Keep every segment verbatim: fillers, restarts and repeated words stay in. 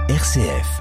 R C F.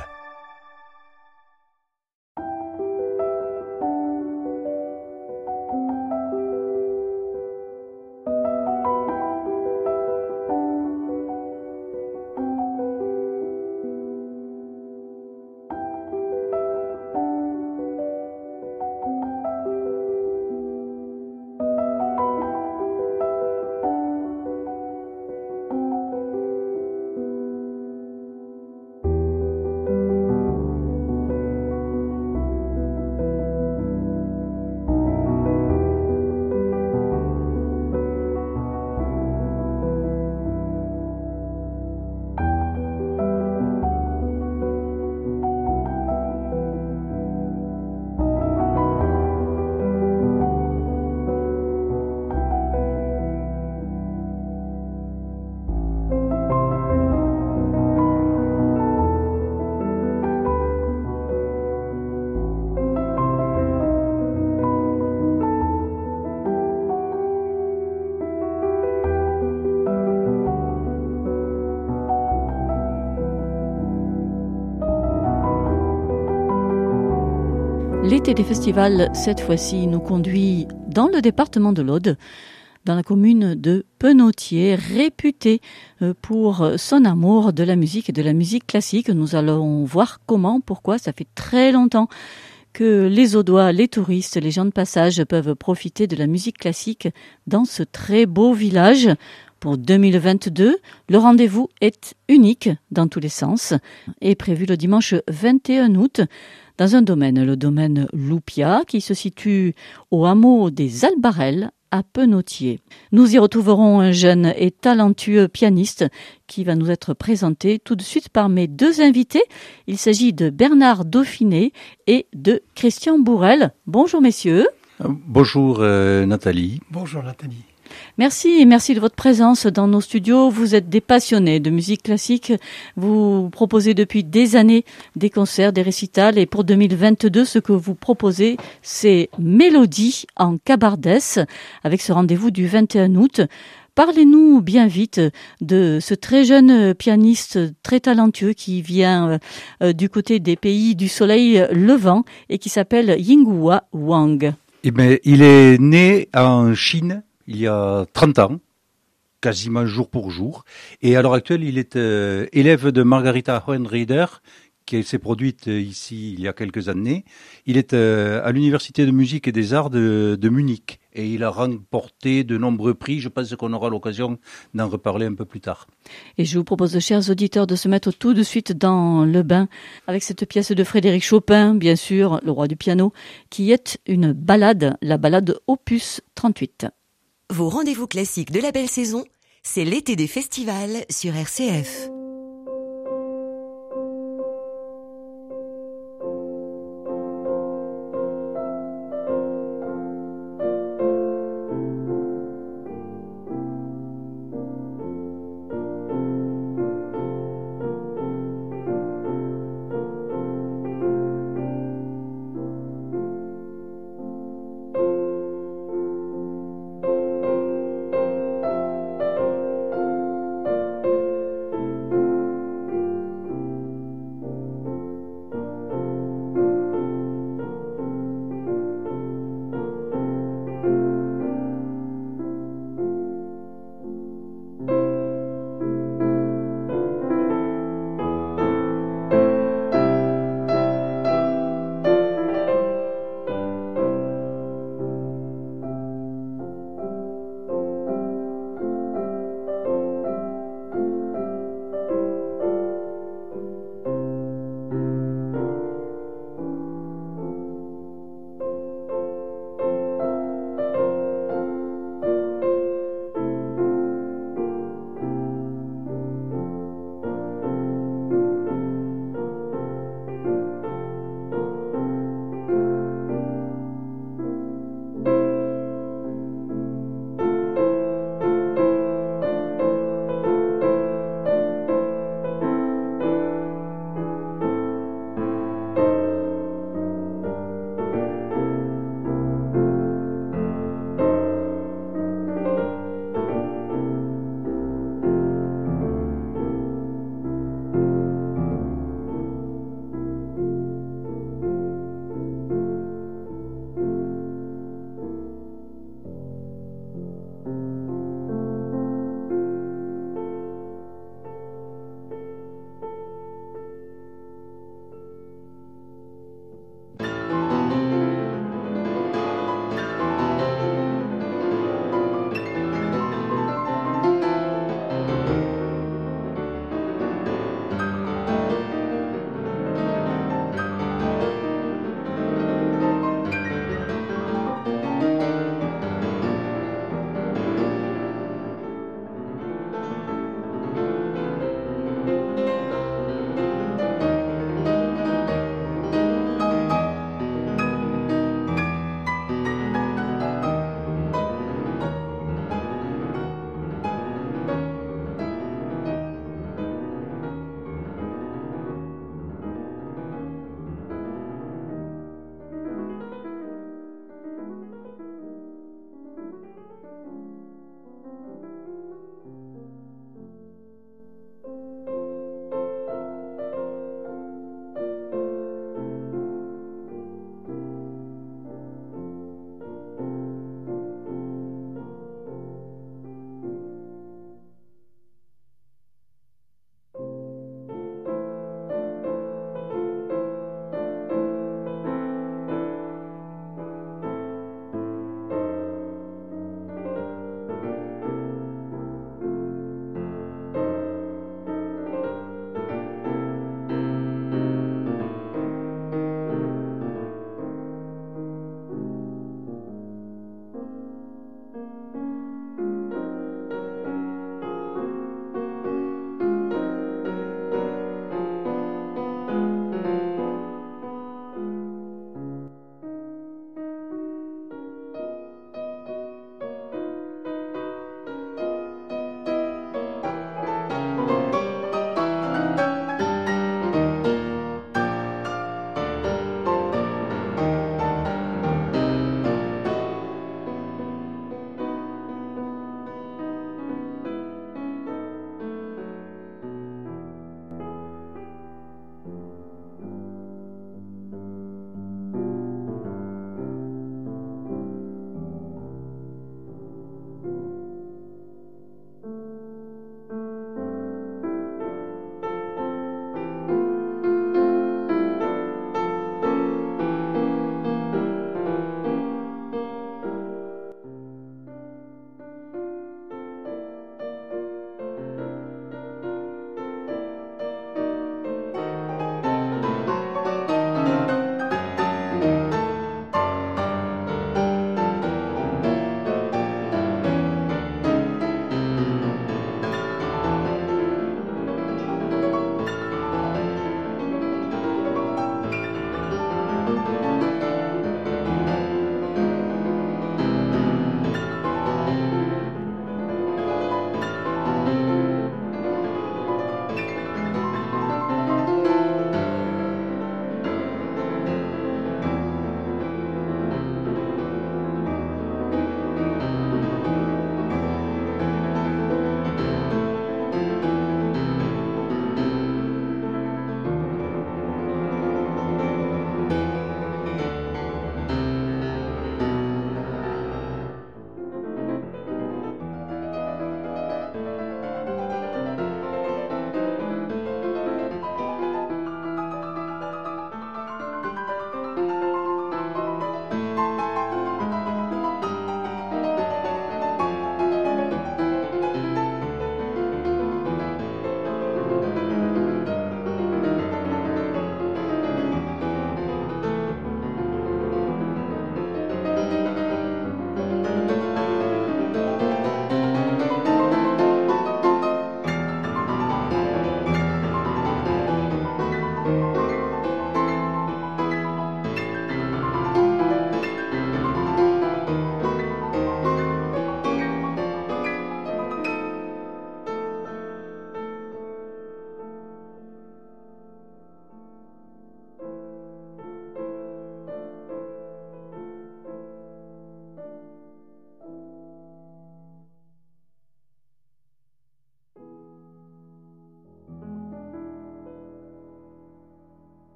L'été des festivals, cette fois-ci, nous conduit dans le département de l'Aude, dans la commune de Penautier, réputée pour son amour de la musique et de la musique classique. Nous allons voir comment, pourquoi, ça fait très longtemps que les Audois, les touristes, les gens de passage peuvent profiter de la musique classique dans ce très beau village. Pour deux mille vingt-deux, le rendez-vous est unique dans tous les sens et prévu le dimanche vingt et un août dans un domaine, le domaine Loupia, qui se situe au hameau des Albarelles à Penautier. Nous y retrouverons un jeune et talentueux pianiste qui va nous être présenté tout de suite par mes deux invités. Il s'agit de Bernard Dauphiné et de Christian Bourrel. Bonjour messieurs. Bonjour euh, Nathalie. Bonjour Nathalie. Merci et merci de votre présence dans nos studios. Vous êtes des passionnés de musique classique. Vous proposez depuis des années des concerts, des récitals. Et pour deux mille vingt-deux, ce que vous proposez, c'est Mélodie en cabardès avec ce rendez-vous du vingt et un août. Parlez-nous bien vite de ce très jeune pianiste très talentueux qui vient euh, du côté des pays du soleil levant et qui s'appelle Yinghua Wang. Eh bien, il est né en Chine il y a trente ans, quasiment jour pour jour. Et à l'heure actuelle, il est euh, élève de Margarita Hohenrieder, qui s'est produite ici il y a quelques années. Il est euh, à l'Université de musique et des arts de, de Munich. Et il a remporté de nombreux prix. Je pense qu'on aura l'occasion d'en reparler un peu plus tard. Et je vous propose, chers auditeurs, de se mettre tout de suite dans le bain avec cette pièce de Frédéric Chopin, bien sûr, le roi du piano, qui est une ballade, la ballade opus trente-huit. Vos rendez-vous classiques de la belle saison, c'est l'été des festivals sur R C F.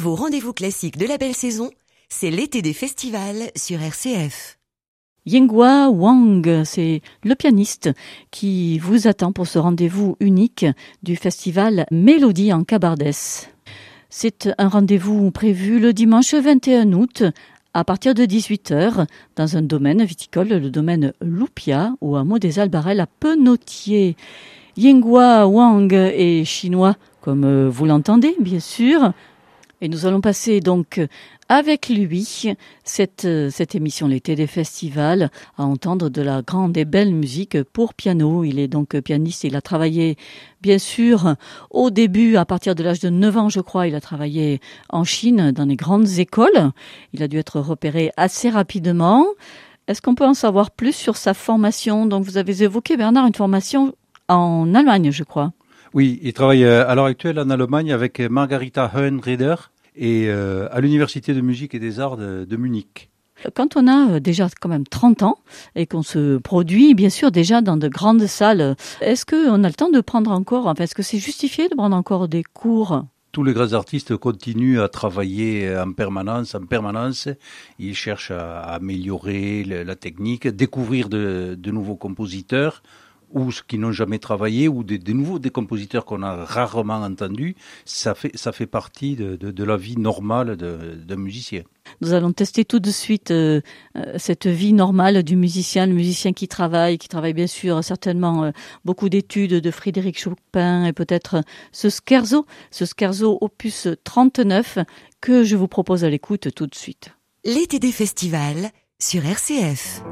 Vos rendez-vous classiques de la belle saison, c'est l'été des festivals sur R C F. Yinghua Wang, c'est le pianiste qui vous attend pour ce rendez-vous unique du festival Mélodie en Cabardès. C'est un rendez-vous prévu le dimanche vingt et un août à partir de dix-huit heures dans un domaine viticole, le domaine Loupia, au hameau des Albarelles à Penautier. Yinghua Wang est chinois, comme vous l'entendez, bien sûr. Et nous allons passer donc avec lui cette, cette émission L'été des festivals à entendre de la grande et belle musique pour piano. Il est donc pianiste, il a travaillé bien sûr au début, à partir de l'âge de neuf ans je crois, il a travaillé en Chine dans les grandes écoles. Il a dû être repéré assez rapidement. Est-ce qu'on peut en savoir plus sur sa formation? Donc vous avez évoqué, Bernard, une formation en Allemagne je crois. Oui, il travaille à l'heure actuelle en Allemagne avec Margarita Hohenrieder et euh, à l'Université de musique et des arts de, de Munich. Quand on a déjà quand même trente ans et qu'on se produit bien sûr déjà dans de grandes salles, est-ce qu'on a le temps de prendre encore, enfin est-ce que c'est justifié de prendre encore des cours ? Tous les grands artistes continuent à travailler en permanence, en permanence. Ils cherchent à améliorer la technique, découvrir de, de nouveaux compositeurs, ou ceux qui n'ont jamais travaillé, ou des, des nouveaux des compositeurs qu'on a rarement entendus. Ça fait, ça fait partie de, de, de la vie normale d'un musicien. Nous allons tester tout de suite euh, cette vie normale du musicien, le musicien qui travaille, qui travaille bien sûr certainement euh, beaucoup d'études de Frédéric Chopin et peut-être ce scherzo, ce scherzo opus trente-neuf que je vous propose à l'écoute tout de suite. L'été des festivals sur R C F.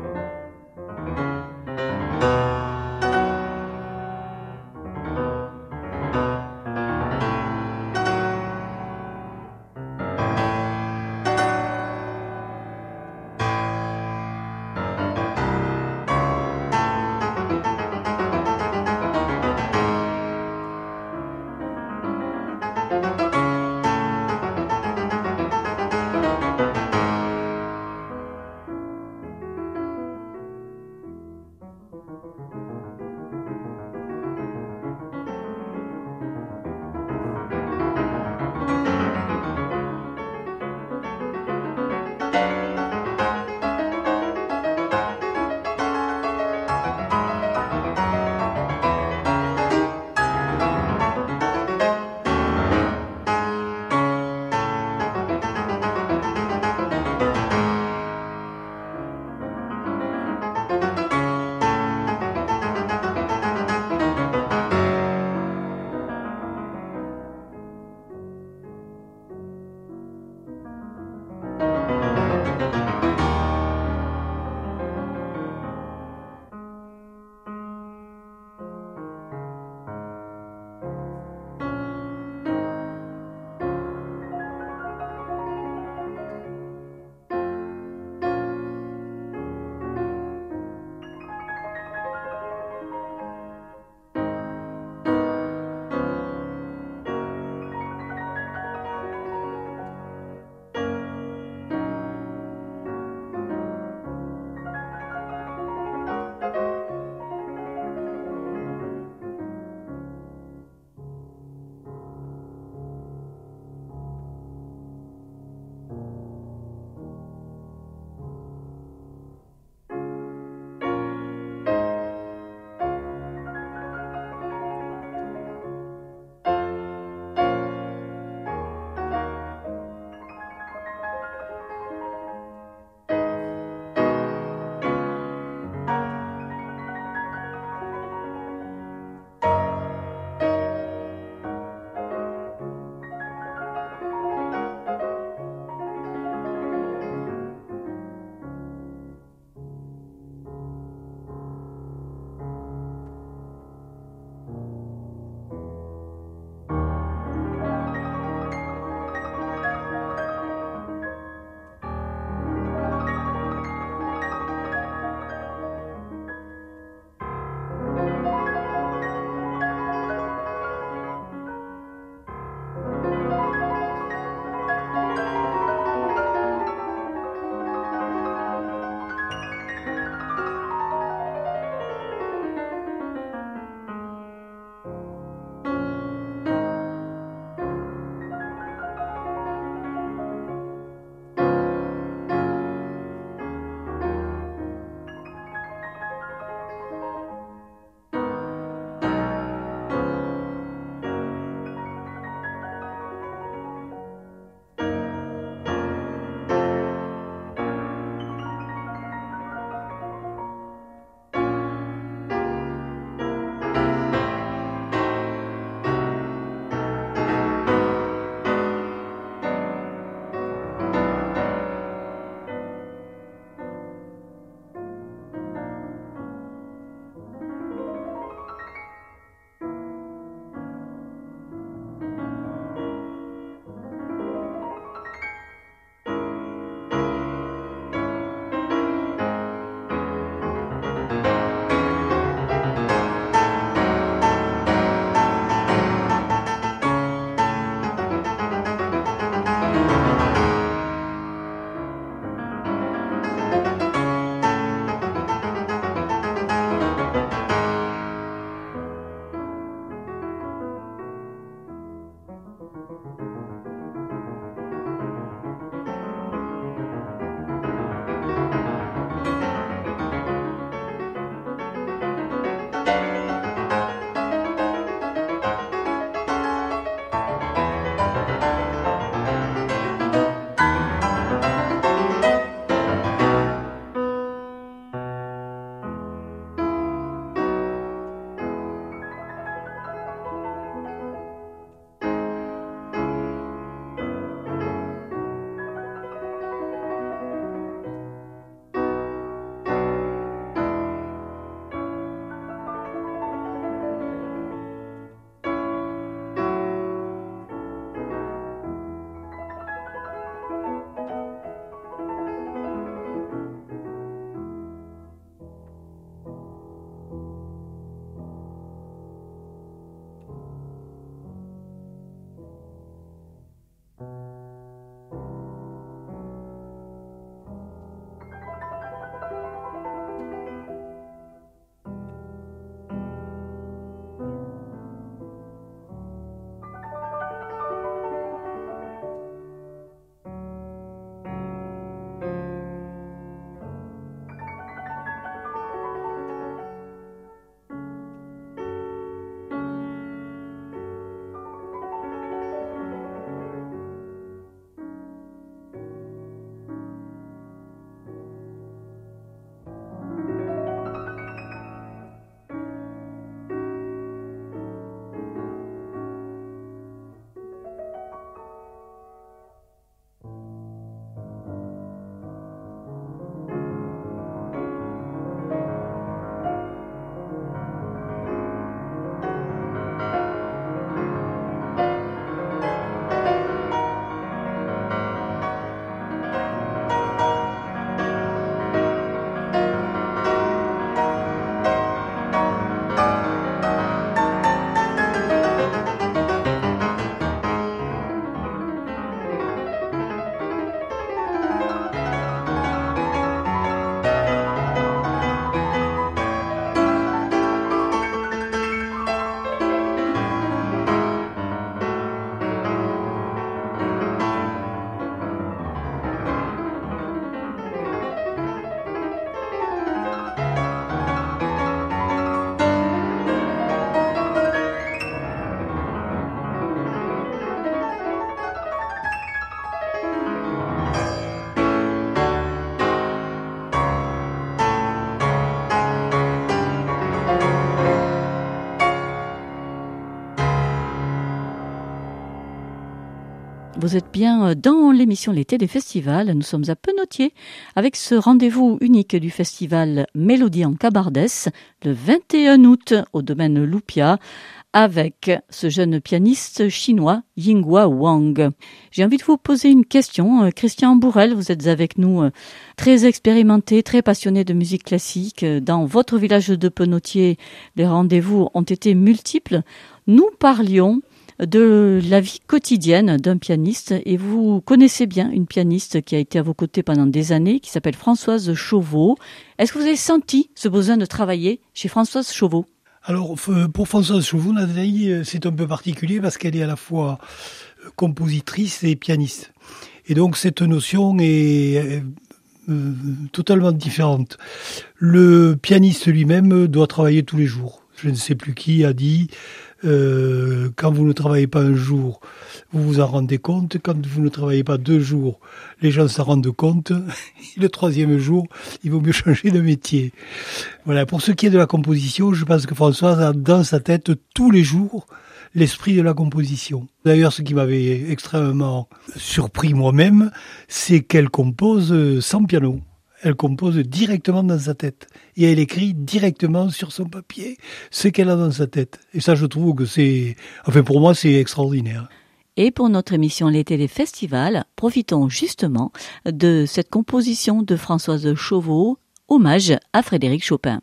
Vous êtes bien dans l'émission L'été des festivals. Nous sommes à Penotier avec ce rendez-vous unique du festival Mélodie en Cabardès le vingt et un août au domaine Loupia avec ce jeune pianiste chinois Yinghua Wang. J'ai envie de vous poser une question. Christian Bourrel, vous êtes avec nous, très expérimenté, très passionné de musique classique. Dans votre village de Penotier, les rendez-vous ont été multiples. Nous parlions de la vie quotidienne d'un pianiste et vous connaissez bien une pianiste qui a été à vos côtés pendant des années, qui s'appelle Françoise Chauveau. Est-ce que vous avez senti ce besoin de travailler chez Françoise Chauveau ? Alors, pour Françoise Chauveau, Nathalie, c'est un peu particulier parce qu'elle est à la fois compositrice et pianiste. Et donc, cette notion est euh, totalement différente. Le pianiste lui-même doit travailler tous les jours. Je ne sais plus qui a dit... Euh, quand vous ne travaillez pas un jour, vous vous en rendez compte. Quand vous ne travaillez pas deux jours, les gens s'en rendent compte. Et le troisième jour, il vaut mieux changer de métier. Voilà. Pour ce qui est de la composition, je pense que Françoise a dans sa tête tous les jours l'esprit de la composition. D'ailleurs, ce qui m'avait extrêmement surpris moi-même, c'est qu'elle compose sans piano. Elle compose directement dans sa tête. Et elle écrit directement sur son papier ce qu'elle a dans sa tête. Et ça, je trouve que c'est... Enfin, pour moi, c'est extraordinaire. Et pour notre émission L'été des festivals, profitons justement de cette composition de Françoise Chauveau, hommage à Frédéric Chopin.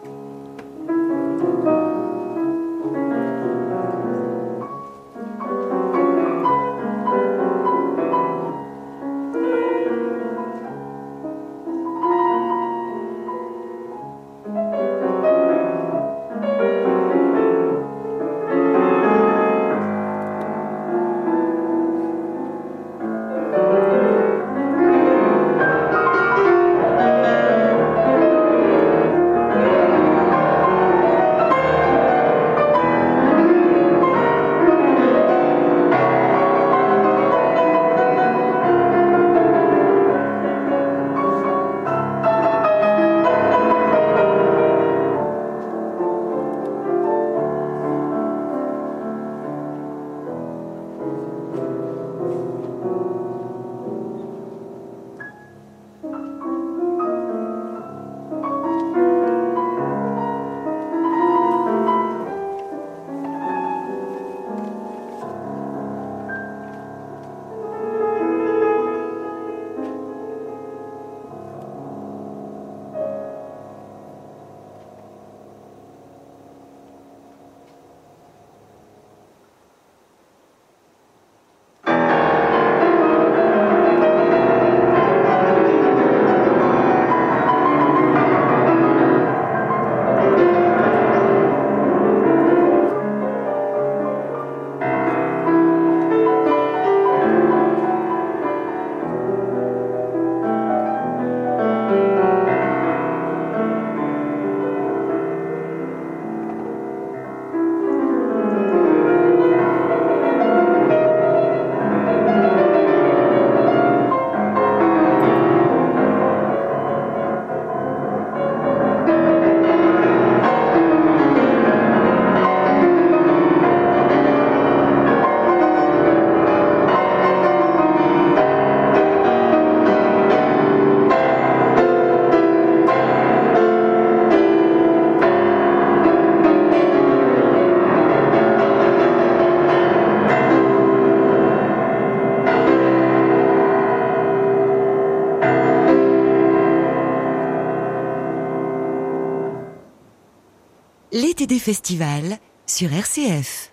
L'été des festivals sur R C F.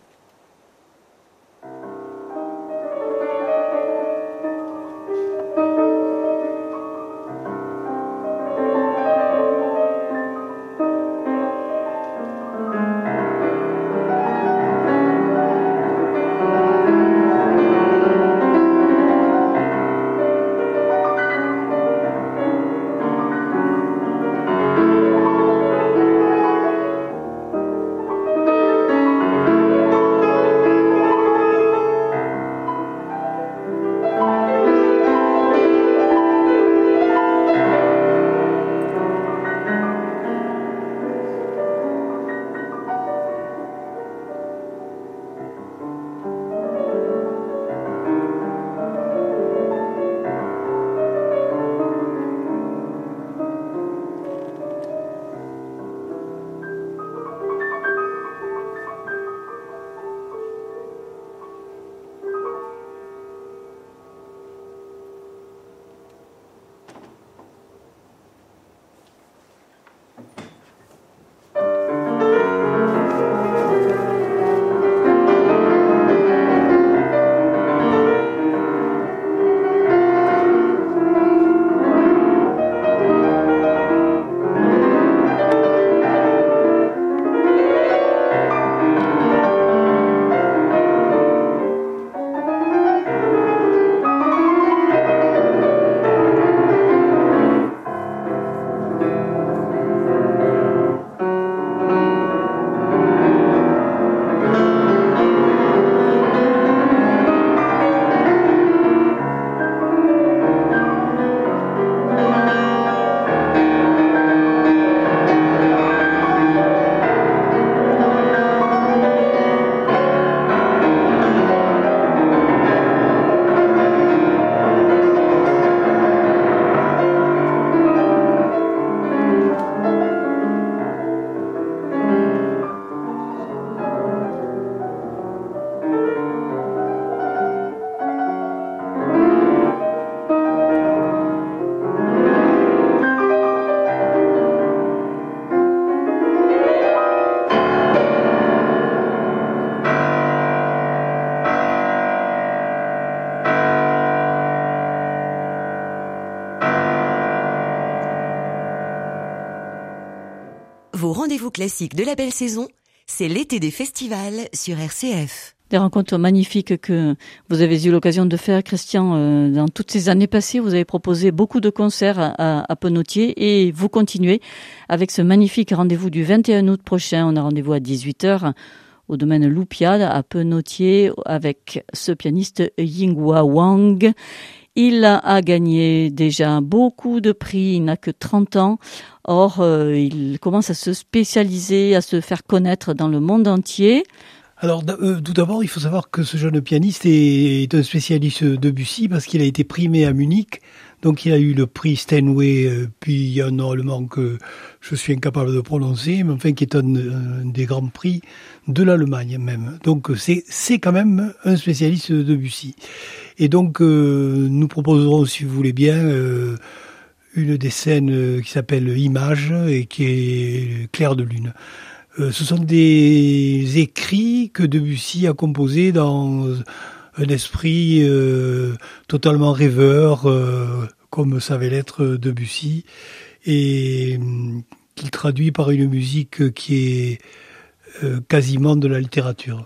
rendez-vous classique de la belle saison, c'est l'été des festivals sur R C F. Des rencontres magnifiques que vous avez eu l'occasion de faire, Christian, euh, dans toutes ces années passées. Vous avez proposé beaucoup de concerts à, à Penautier et vous continuez avec ce magnifique rendez-vous du vingt et un août prochain. On a rendez-vous à dix-huit heures au domaine Loupiade à Penautier avec ce pianiste Yinghua Wang. Il a gagné déjà beaucoup de prix, il n'a que trente ans. Or, euh, il commence à se spécialiser, à se faire connaître dans le monde entier. Alors, euh, tout d'abord, il faut savoir que ce jeune pianiste est, est un spécialiste de Debussy parce qu'il a été primé à Munich. Donc, il a eu le prix Steinway, euh, puis il y a un allemand que je suis incapable de prononcer, mais enfin, qui est un, un des grands prix de l'Allemagne même. Donc, c'est, c'est quand même un spécialiste de Debussy. Et donc, euh, nous proposerons, si vous voulez bien, euh, une des scènes qui s'appelle Images et qui est Clair de lune. Ce sont des écrits que Debussy a composés dans un esprit euh, totalement rêveur, euh, comme savait l'être Debussy, et euh, qu'il traduit par une musique qui est euh, quasiment de la littérature.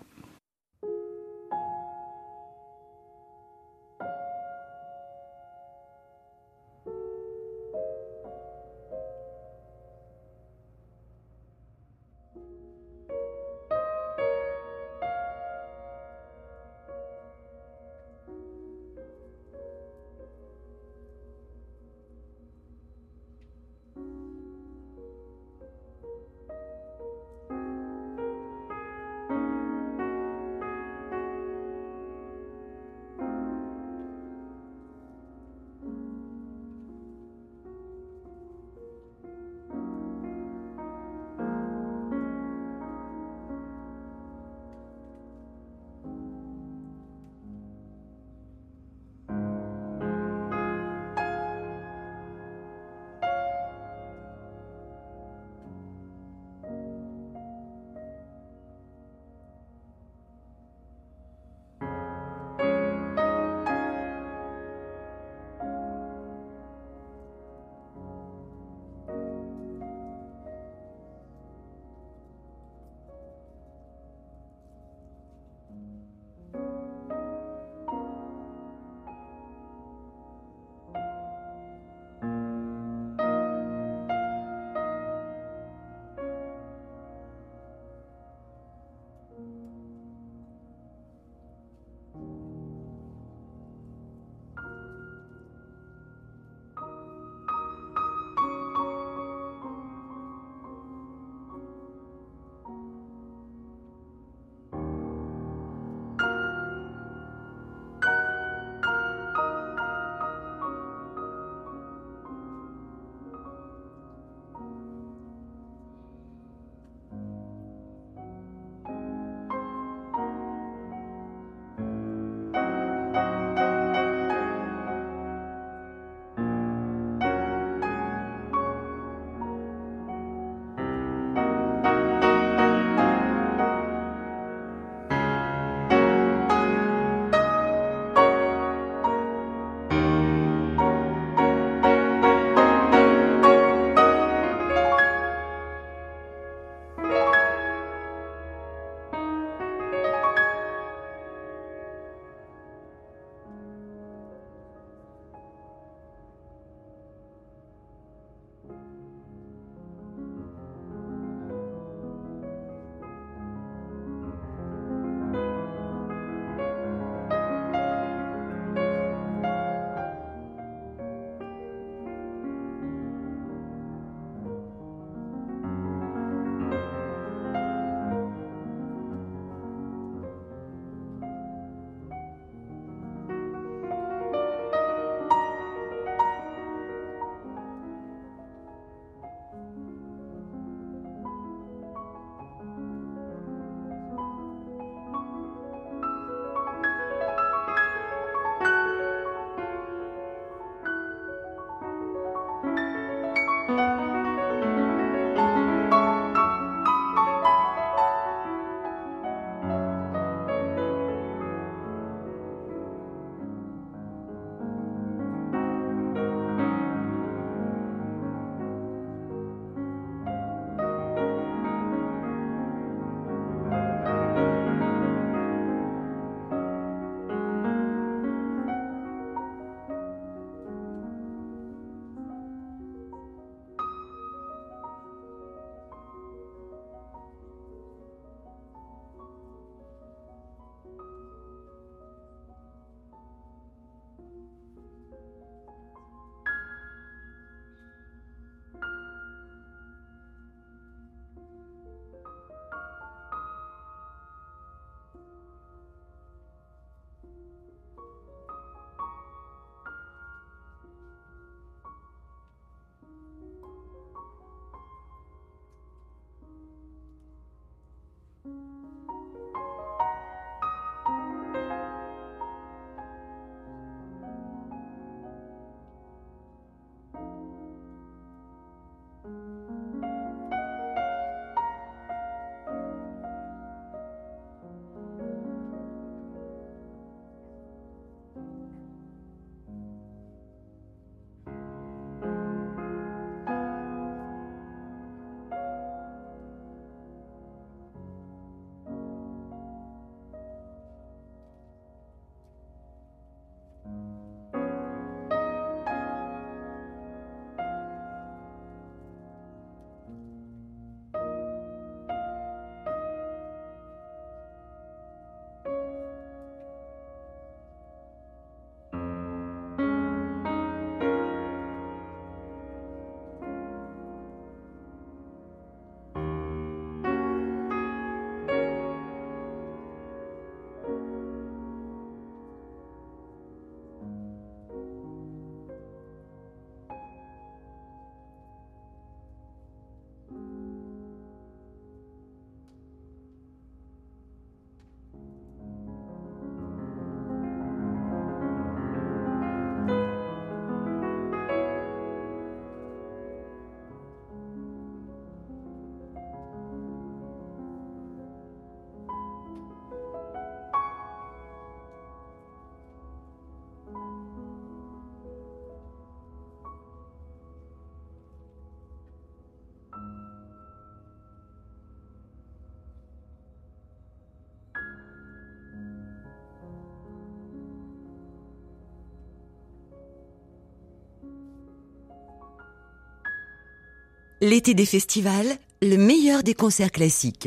L'été des festivals, le meilleur des concerts classiques.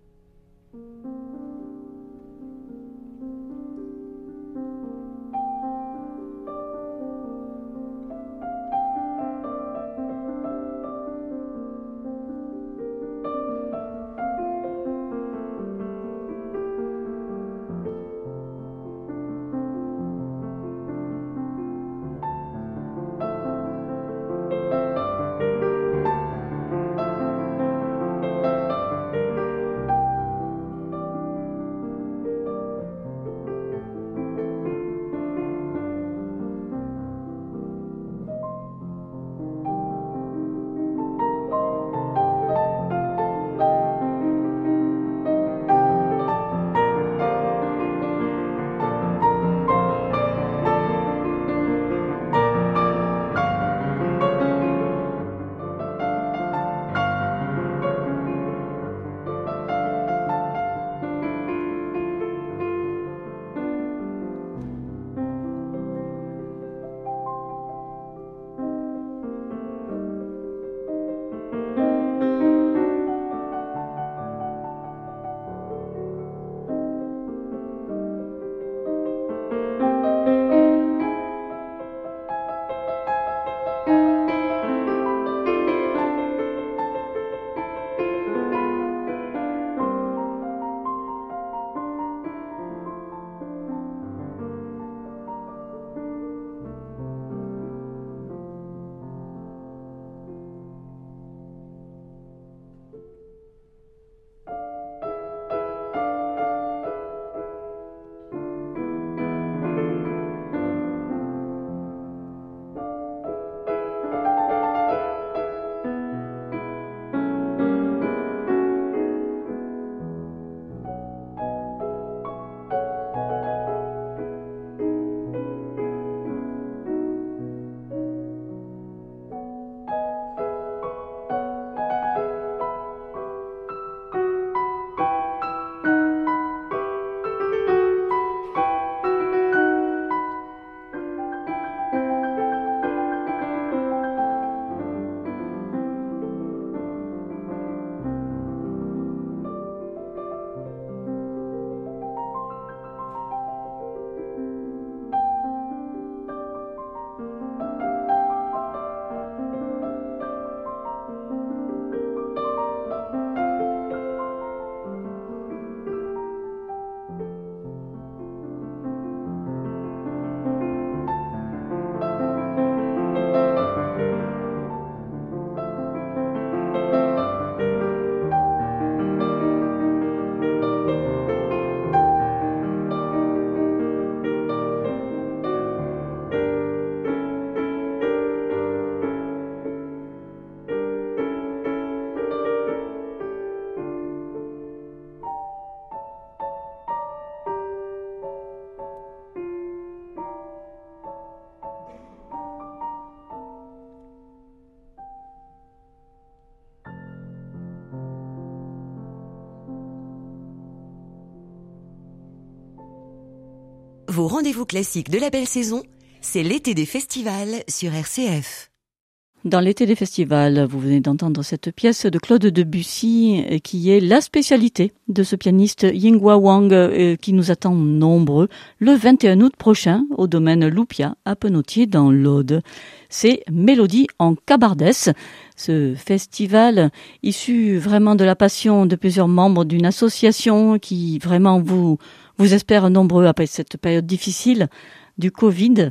Vos rendez-vous classiques de la belle saison, c'est l'été des festivals sur R C F. Dans l'été des festivals, vous venez d'entendre cette pièce de Claude Debussy qui est la spécialité de ce pianiste Yinghua Wang qui nous attend nombreux le vingt et un août prochain au domaine Loupia à Penautier dans l'Aude. C'est Mélodie en Cabardès. Ce festival issu vraiment de la passion de plusieurs membres d'une association qui vraiment vous, vous espère nombreux après cette période difficile du Covid.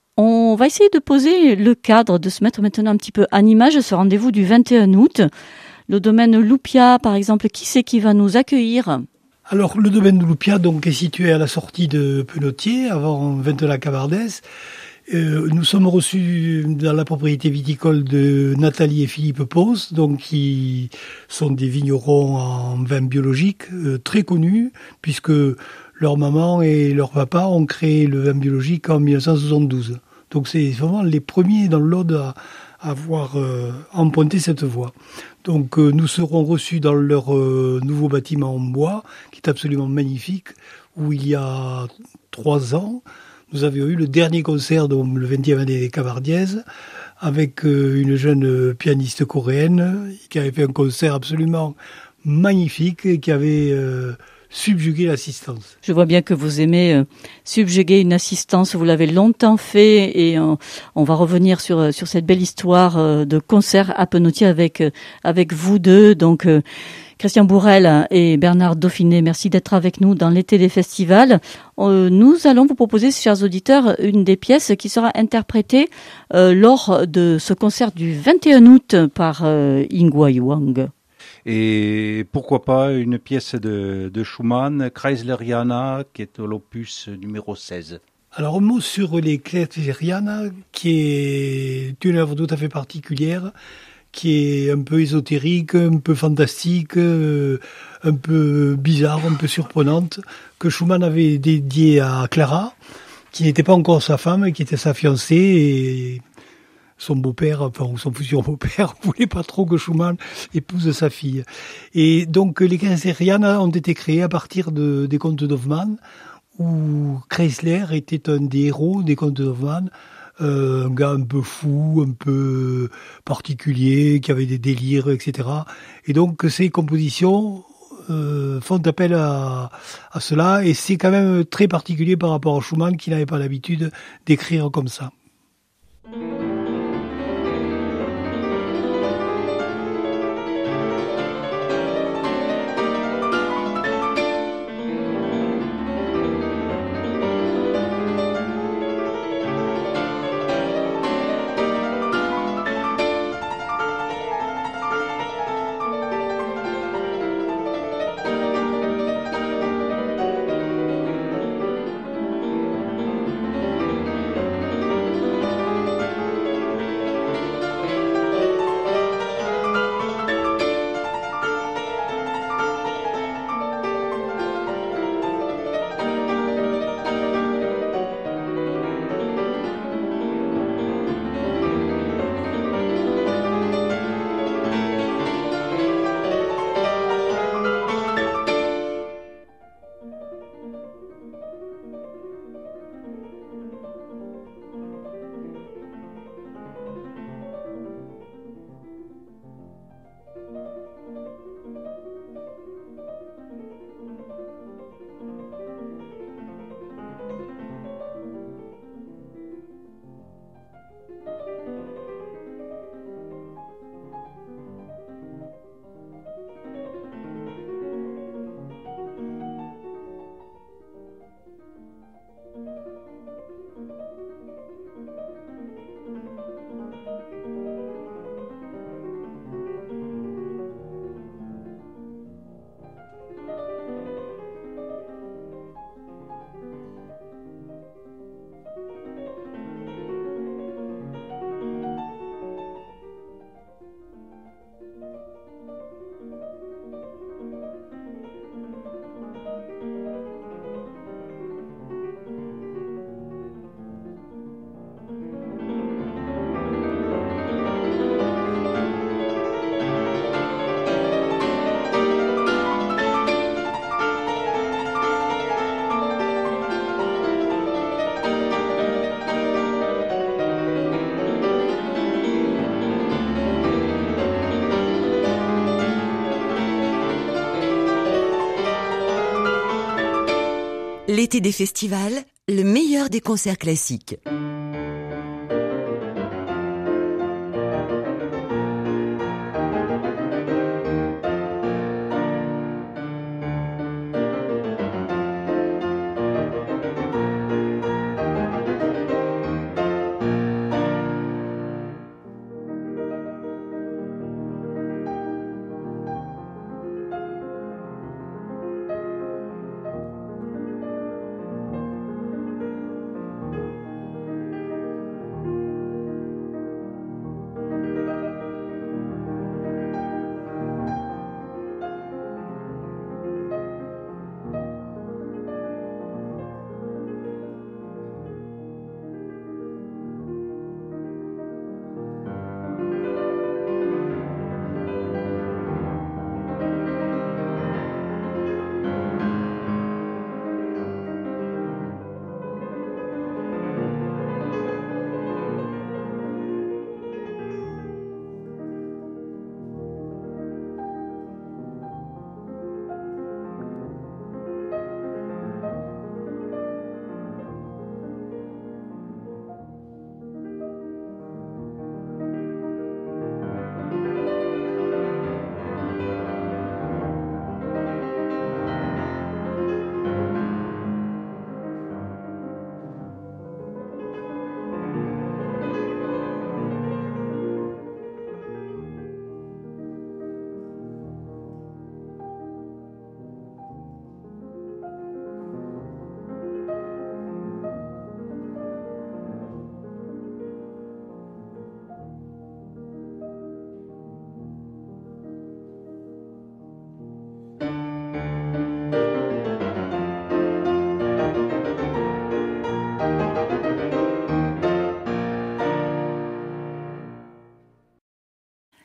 On va essayer de poser le cadre, de se mettre maintenant un petit peu en image ce rendez-vous du vingt et un août. Le domaine Loupia, par exemple, qui c'est qui va nous accueillir ? Alors, le domaine de Loupia donc, est situé à la sortie de Penautier, avant Vintelat-Cabardès. Euh, nous sommes reçus dans la propriété viticole de Nathalie et Philippe Pose, donc qui sont des vignerons en vin biologique euh, très connus, puisque leur maman et leur papa ont créé le vin biologique en dix-neuf cent soixante-douze. Donc c'est vraiment les premiers dans l'Aude à, à avoir euh, emprunté cette voie. Donc euh, nous serons reçus dans leur euh, nouveau bâtiment en bois, qui est absolument magnifique, où il y a trois ans, nous avions eu le dernier concert, donc le vingtième année des Cabardiaises, avec euh, une jeune pianiste coréenne qui avait fait un concert absolument magnifique et qui avait euh, subjugué l'assistance. Je vois bien que vous aimez euh, subjuguer une assistance, vous l'avez longtemps fait et euh, on va revenir sur sur cette belle histoire euh, de concert à Penautier avec euh, avec vous deux. Donc euh, Christian Bourrel et Bernard Dauphiné, merci d'être avec nous dans l'été des festivals. Euh, nous allons vous proposer, chers auditeurs, une des pièces qui sera interprétée euh, lors de ce concert du vingt et un août par euh, Ying-Huai Wang. Et pourquoi pas une pièce de, de Schumann, Kreisleriana, qui est l'opus numéro seize. Alors un mot sur les Kreisleriana, qui est une œuvre tout à fait particulière, qui est un peu ésotérique, un peu fantastique, un peu bizarre, un peu surprenante, que Schumann avait dédiée à Clara, qui n'était pas encore sa femme, qui était sa fiancée, et son beau-père, enfin, ou son futur beau-père, voulait pas trop que Schumann épouse sa fille. Et donc, les Kreisleriana ont été créés à partir de, des contes d'Hoffmann, où Kreisler était un des héros des contes d'Hoffmann, euh, un gars un peu fou, un peu particulier, qui avait des délires, et cetera. Et donc, ces compositions euh, font appel à, à cela, et c'est quand même très particulier par rapport à Schumann, qui n'avait pas l'habitude d'écrire comme ça. L'été des festivals, le meilleur des concerts classiques.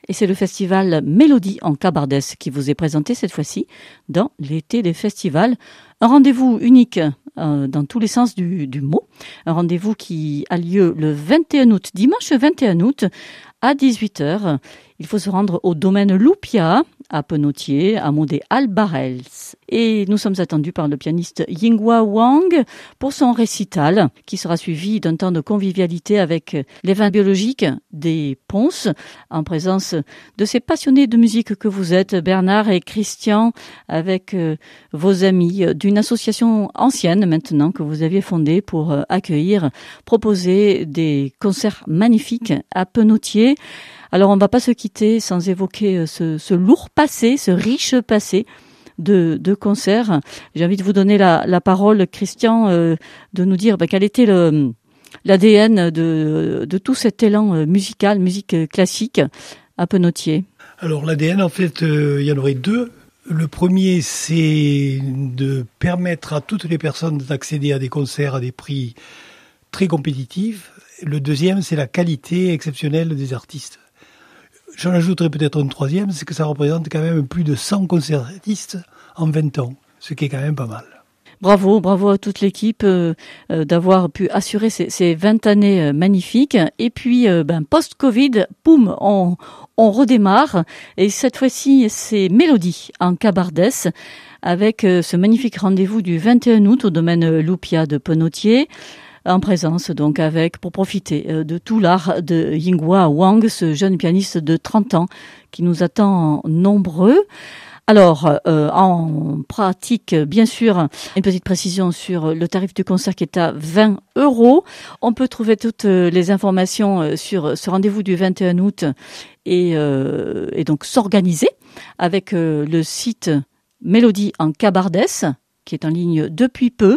Et c'est le festival Mélodie en Cabardès qui vous est présenté cette fois-ci dans l'été des festivals. Un rendez-vous unique euh, dans tous les sens du, du mot. Un rendez-vous qui a lieu le vingt et un août, dimanche vingt et un août à dix-huit heures. Il faut se rendre au domaine Loupia à Penautier, à Mont des Albarels. Et nous sommes attendus par le pianiste Yinghua Wang pour son récital qui sera suivi d'un temps de convivialité avec les vins biologiques des Ponces en présence de ces passionnés de musique que vous êtes, Bernard et Christian, avec vos amis d'une association ancienne maintenant que vous aviez fondée pour accueillir, proposer des concerts magnifiques à Penautier. Alors on ne va pas se quitter sans évoquer ce, ce lourd passé, ce riche passé de, de concerts. J'ai envie de vous donner la, la parole, Christian, euh, de nous dire ben, quel était le, l'A D N de, de tout cet élan musical, musique classique à Penautier. Alors l'A D N, en fait, euh, il y en aurait deux. Le premier, c'est de permettre à toutes les personnes d'accéder à des concerts à des prix très compétitifs. Le deuxième, c'est la qualité exceptionnelle des artistes. J'en ajouterai peut-être un troisième, c'est que ça représente quand même plus de cent concertistes en vingt ans, ce qui est quand même pas mal. Bravo, bravo à toute l'équipe euh, euh, d'avoir pu assurer ces, ces vingt années euh, magnifiques. Et puis, euh, ben, post-Covid, boum, on, on redémarre. Et cette fois-ci, c'est Mélodie en Cabardès, avec euh, ce magnifique rendez-vous du vingt et un août au domaine Loupia de Penautier. En présence, donc, avec, pour profiter de tout l'art de Yinghua Wang, ce jeune pianiste de trente ans qui nous attend nombreux. Alors, euh, en pratique, bien sûr, une petite précision sur le tarif du concert qui est à vingt euros. On peut trouver toutes les informations sur ce rendez-vous du vingt et un août et, euh, et donc s'organiser avec euh, le site Mélodie en Cabardès, qui est en ligne depuis peu.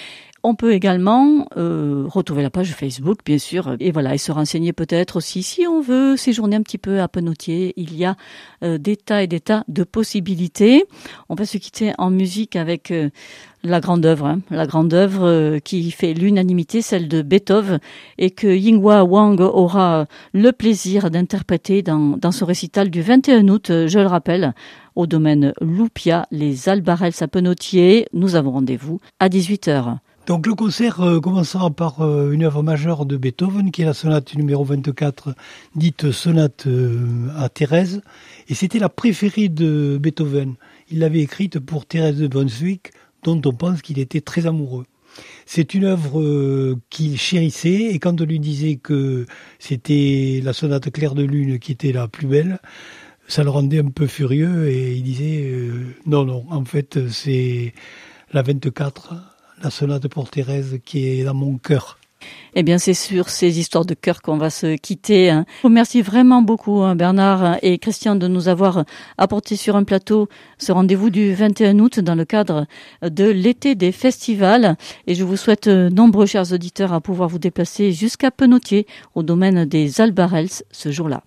On peut également euh, retrouver la page Facebook, bien sûr, et voilà, et se renseigner peut-être aussi, si on veut séjourner un petit peu à Penautier, il y a euh, des tas et des tas de possibilités. On va se quitter en musique avec euh, la grande œuvre, hein, la grande œuvre euh, qui fait l'unanimité, celle de Beethoven, et que Yinghua Wang aura le plaisir d'interpréter dans, dans ce récital du vingt et un août, je le rappelle, au domaine Loupia, les Albarels à Penautier. Nous avons rendez-vous à dix-huit heures. Donc le concert euh, commencera par euh, une œuvre majeure de Beethoven, qui est la sonate numéro vingt-quatre, dite sonate euh, à Thérèse. Et c'était la préférée de Beethoven. Il l'avait écrite pour Thérèse de Brunswick, dont on pense qu'il était très amoureux. C'est une œuvre euh, qu'il chérissait, et quand on lui disait que c'était la sonate claire de lune qui était la plus belle, ça le rendait un peu furieux, et il disait euh, non, non, en fait c'est la vingt-quatre, la sonate pour Thérèse qui est dans mon cœur. Eh bien, c'est sur ces histoires de cœur qu'on va se quitter. Je vous remercie vraiment beaucoup, Bernard et Christian, de nous avoir apporté sur un plateau ce rendez-vous du vingt et un août dans le cadre de l'été des festivals. Et je vous souhaite, nombreux chers auditeurs, à pouvoir vous déplacer jusqu'à Penautier, au domaine des Albarels, ce jour-là.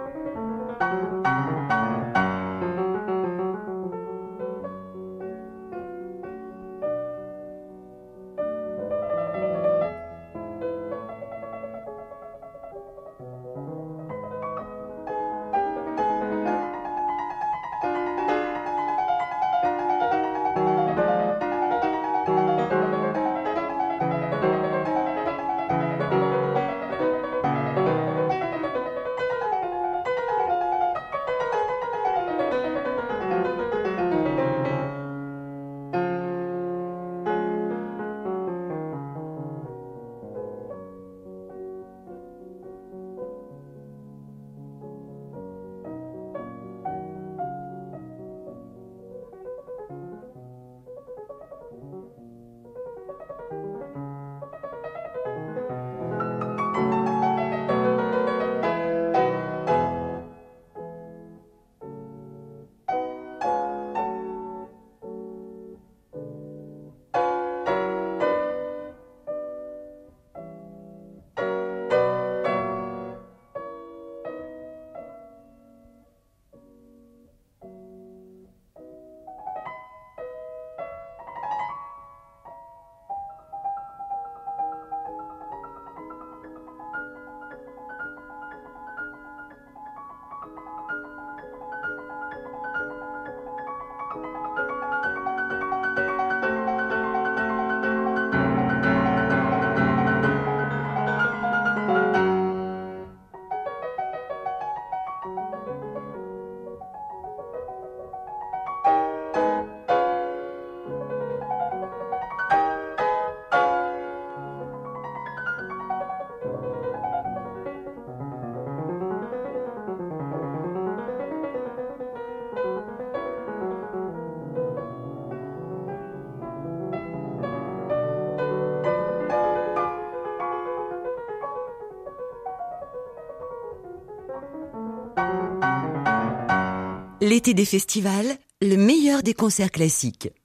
L'été des festivals, le meilleur des concerts classiques.